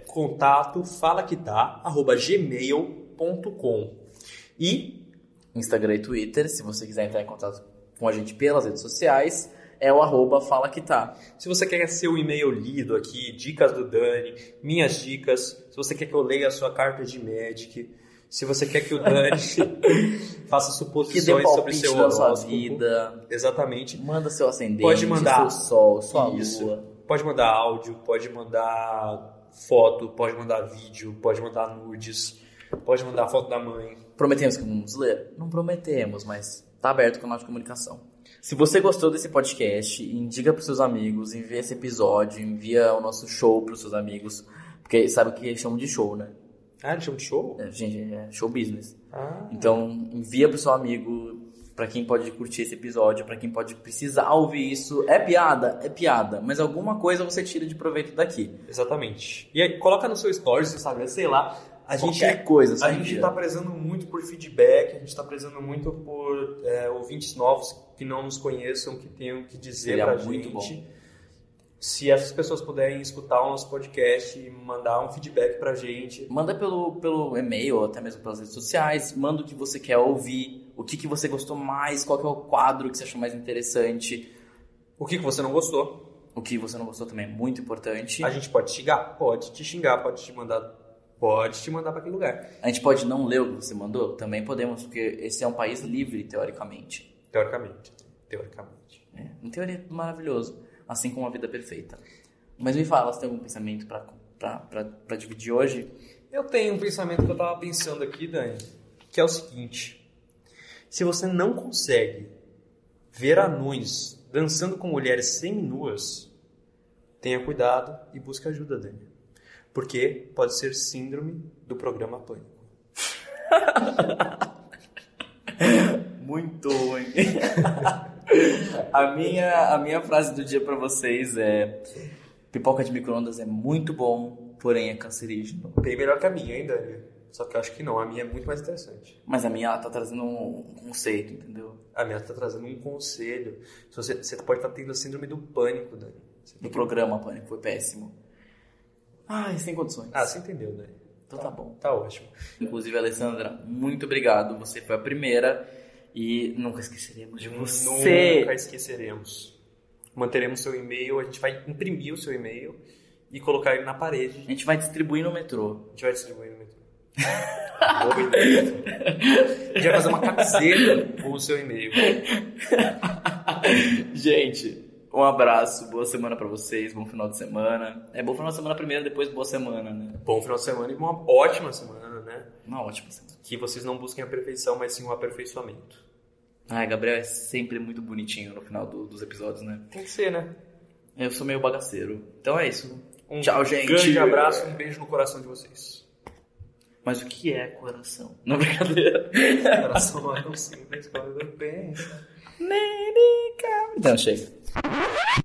contato.falaquitá@gmail.com. E Instagram e Twitter, se você quiser entrar em contato com a gente pelas redes sociais, é o @falaquitá. Se você quer ser o e-mail lido aqui, dicas do Dani, minhas dicas, se você quer que eu leia a sua carta de Magic, se você quer que o Dani faça suposições sobre seu horóscopo, sua vida, exatamente, manda seu ascendente, pode mandar seu sol, sua isso, lua. pode mandar áudio, pode mandar foto, pode mandar vídeo, pode mandar nudes, pode mandar foto da mãe. Prometemos que vamos ler? Não prometemos, mas tá aberto o canal de comunicação. Se você gostou desse podcast, indica pros seus amigos, envia esse episódio, envia o nosso show pros seus amigos, porque sabe o que eles chamam de show, né? Eles chamam de show? Gente, é show business. Então, envia pro seu amigo, pra quem pode curtir esse episódio, pra quem pode precisar ouvir isso. É piada, mas alguma coisa você tira de proveito daqui. Exatamente. E aí, coloca no seu stories, no Instagram, sei lá. Qualquer coisa. A gente tá prezando muito por feedback, a gente tá prezando muito por ouvintes novos que não nos conheçam, que tenham que dizer pra gente. Bom. Se essas pessoas puderem escutar o nosso podcast e mandar um feedback pra gente. Manda pelo e-mail ou até mesmo pelas redes sociais. Manda o que você quer ouvir, o que você gostou mais, qual que é o quadro que você achou mais interessante. O que você não gostou. O que você não gostou também é muito importante. A gente pode te xingar? Pode te xingar, pode te mandar pra aquele lugar. A gente pode não ler o que você mandou? Também podemos, porque esse é um país livre, teoricamente. Teoricamente. Em teoria é tudo maravilhoso. Assim como a vida perfeita. Mas me fala, você tem algum pensamento pra dividir hoje? Eu tenho um pensamento que eu tava pensando aqui, Dani, que é o seguinte. Se você não consegue ver anões dançando com mulheres seminuas, tenha cuidado e busque ajuda, Dani. Porque pode ser síndrome do programa Pânico. Muito ruim. A minha frase do dia pra vocês é: pipoca de micro-ondas é muito bom, porém é cancerígeno. Bem melhor que a minha, hein, Dani? Só que eu acho que não, a minha é muito mais interessante. Mas a minha, ela tá trazendo um conceito, entendeu? A minha tá trazendo um conselho. Você pode estar tendo a síndrome do pânico, Dani. No programa, Pânico, foi péssimo. Ai, sem condições. Ah, você entendeu, Dani. Então tá bom. Tá ótimo. Inclusive, Alessandra, muito obrigado. Você foi a primeira e nunca esqueceremos de você. Nunca esqueceremos. Manteremos seu e-mail, a gente vai imprimir o seu e-mail e colocar ele na parede. A gente vai distribuir no metrô. A gente vai distribuir no metrô. Boa ideia. A gente vai fazer uma camiseta com o seu e-mail. Gente, um abraço, boa semana pra vocês, bom final de semana. É bom final de semana primeiro, depois boa semana, né? Bom final de semana e uma ótima semana, né? Uma ótima semana. Que vocês não busquem a perfeição, mas sim o aperfeiçoamento. Ai, Gabriel é sempre muito bonitinho no final dos episódios, né? Tem que ser, né? Eu sou meio bagaceiro. Então é isso. Tchau, gente. Um grande abraço, um beijo no coração de vocês. Mas o que é coração? Não, brincadeira. Coração é tão simples quando pensa. Então chega.